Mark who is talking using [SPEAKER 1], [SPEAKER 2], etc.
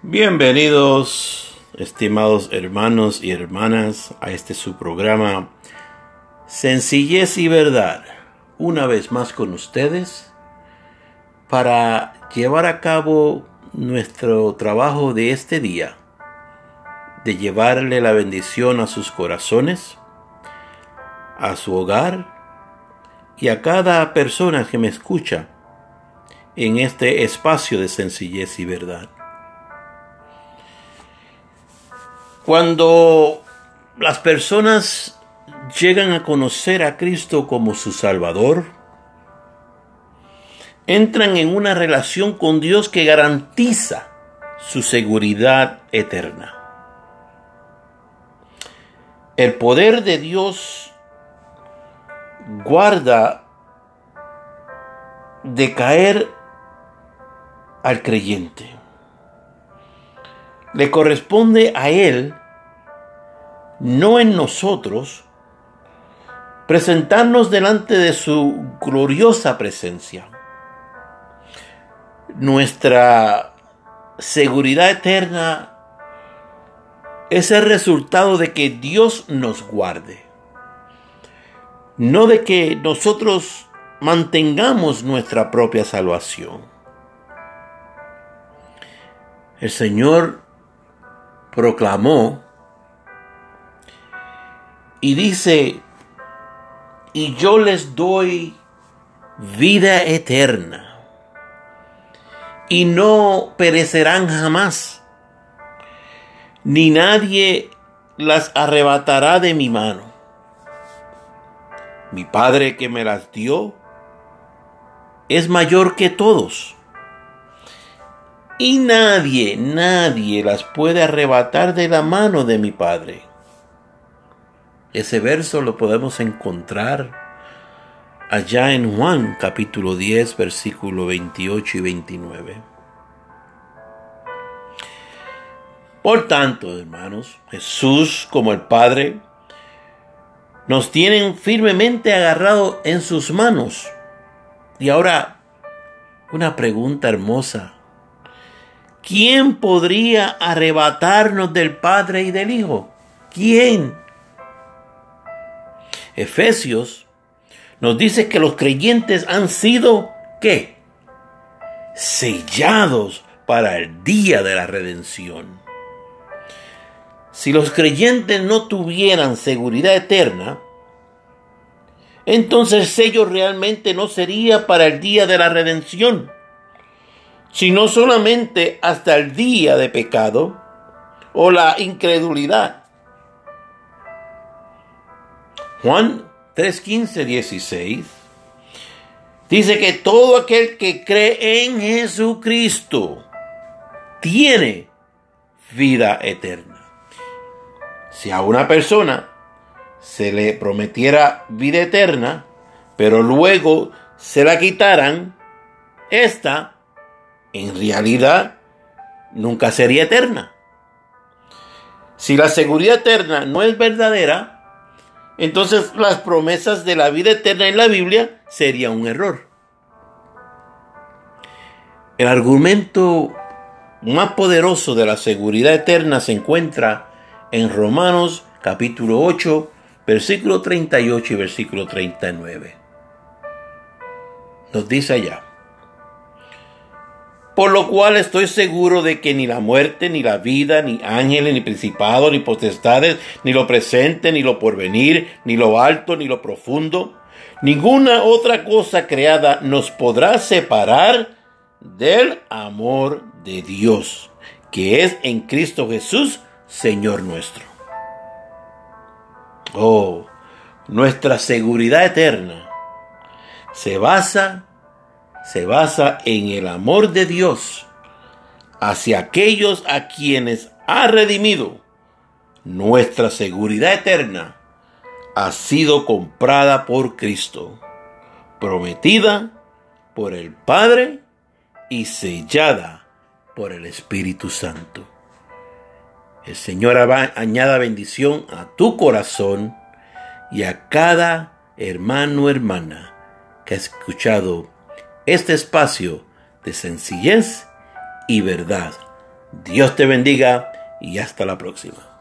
[SPEAKER 1] Bienvenidos, estimados hermanos y hermanas, a su programa Sencillez y Verdad. Una vez más con ustedes para llevar a cabo nuestro trabajo de este día, de llevarle la bendición a sus corazones, a su hogar y a cada persona que me escucha en este espacio de sencillez y verdad. Cuando las personas llegan a conocer a Cristo como su Salvador, entran en una relación con Dios que garantiza su seguridad eterna. El poder de Dios guarda de caer al creyente. Le corresponde a Él, no en nosotros, presentarnos delante de su gloriosa presencia. Nuestra seguridad eterna es el resultado de que Dios nos guarde, no de que nosotros mantengamos nuestra propia salvación. El Señor proclamó y dice: y yo les doy vida eterna, y no perecerán jamás, ni nadie las arrebatará de mi mano. Mi Padre que me las dio es mayor que todos, y nadie las puede arrebatar de la mano de mi Padre. Ese verso lo podemos encontrar allá en Juan capítulo 10, versículo 28 y 29. Por tanto, hermanos, Jesús como el Padre nos tienen firmemente agarrados en sus manos. Y ahora, una pregunta hermosa: ¿quién podría arrebatarnos del Padre y del Hijo? ¿Quién? Efesios nos dice que los creyentes han sido, ¿qué? Sellados para el día de la redención. Si los creyentes no tuvieran seguridad eterna, entonces el sello realmente no sería para el día de la redención, sino solamente hasta el día de pecado o la incredulidad. Juan 3:15-16 dice que todo aquel que cree en Jesucristo tiene vida eterna. Si a una persona se le prometiera vida eterna, pero luego se la quitaran, esta en realidad nunca sería eterna. Si la seguridad eterna no es verdadera, entonces las promesas de la vida eterna en la Biblia serían un error. El argumento más poderoso de la seguridad eterna se encuentra en Romanos capítulo 8, versículo 38 y versículo 39. Nos dice allá: por lo cual estoy seguro de que ni la muerte, ni la vida, ni ángeles, ni principados, ni potestades, ni lo presente, ni lo porvenir, ni lo alto, ni lo profundo, ninguna otra cosa creada nos podrá separar del amor de Dios, que es en Cristo Jesús, Señor nuestro. Oh, nuestra seguridad eterna se basa en el amor de Dios hacia aquellos a quienes ha redimido. Nuestra seguridad eterna ha sido comprada por Cristo, prometida por el Padre y sellada por el Espíritu Santo. El Señor añada bendición a tu corazón y a cada hermano o hermana que ha escuchado este espacio de sencillez y verdad Dios te bendiga y hasta la próxima.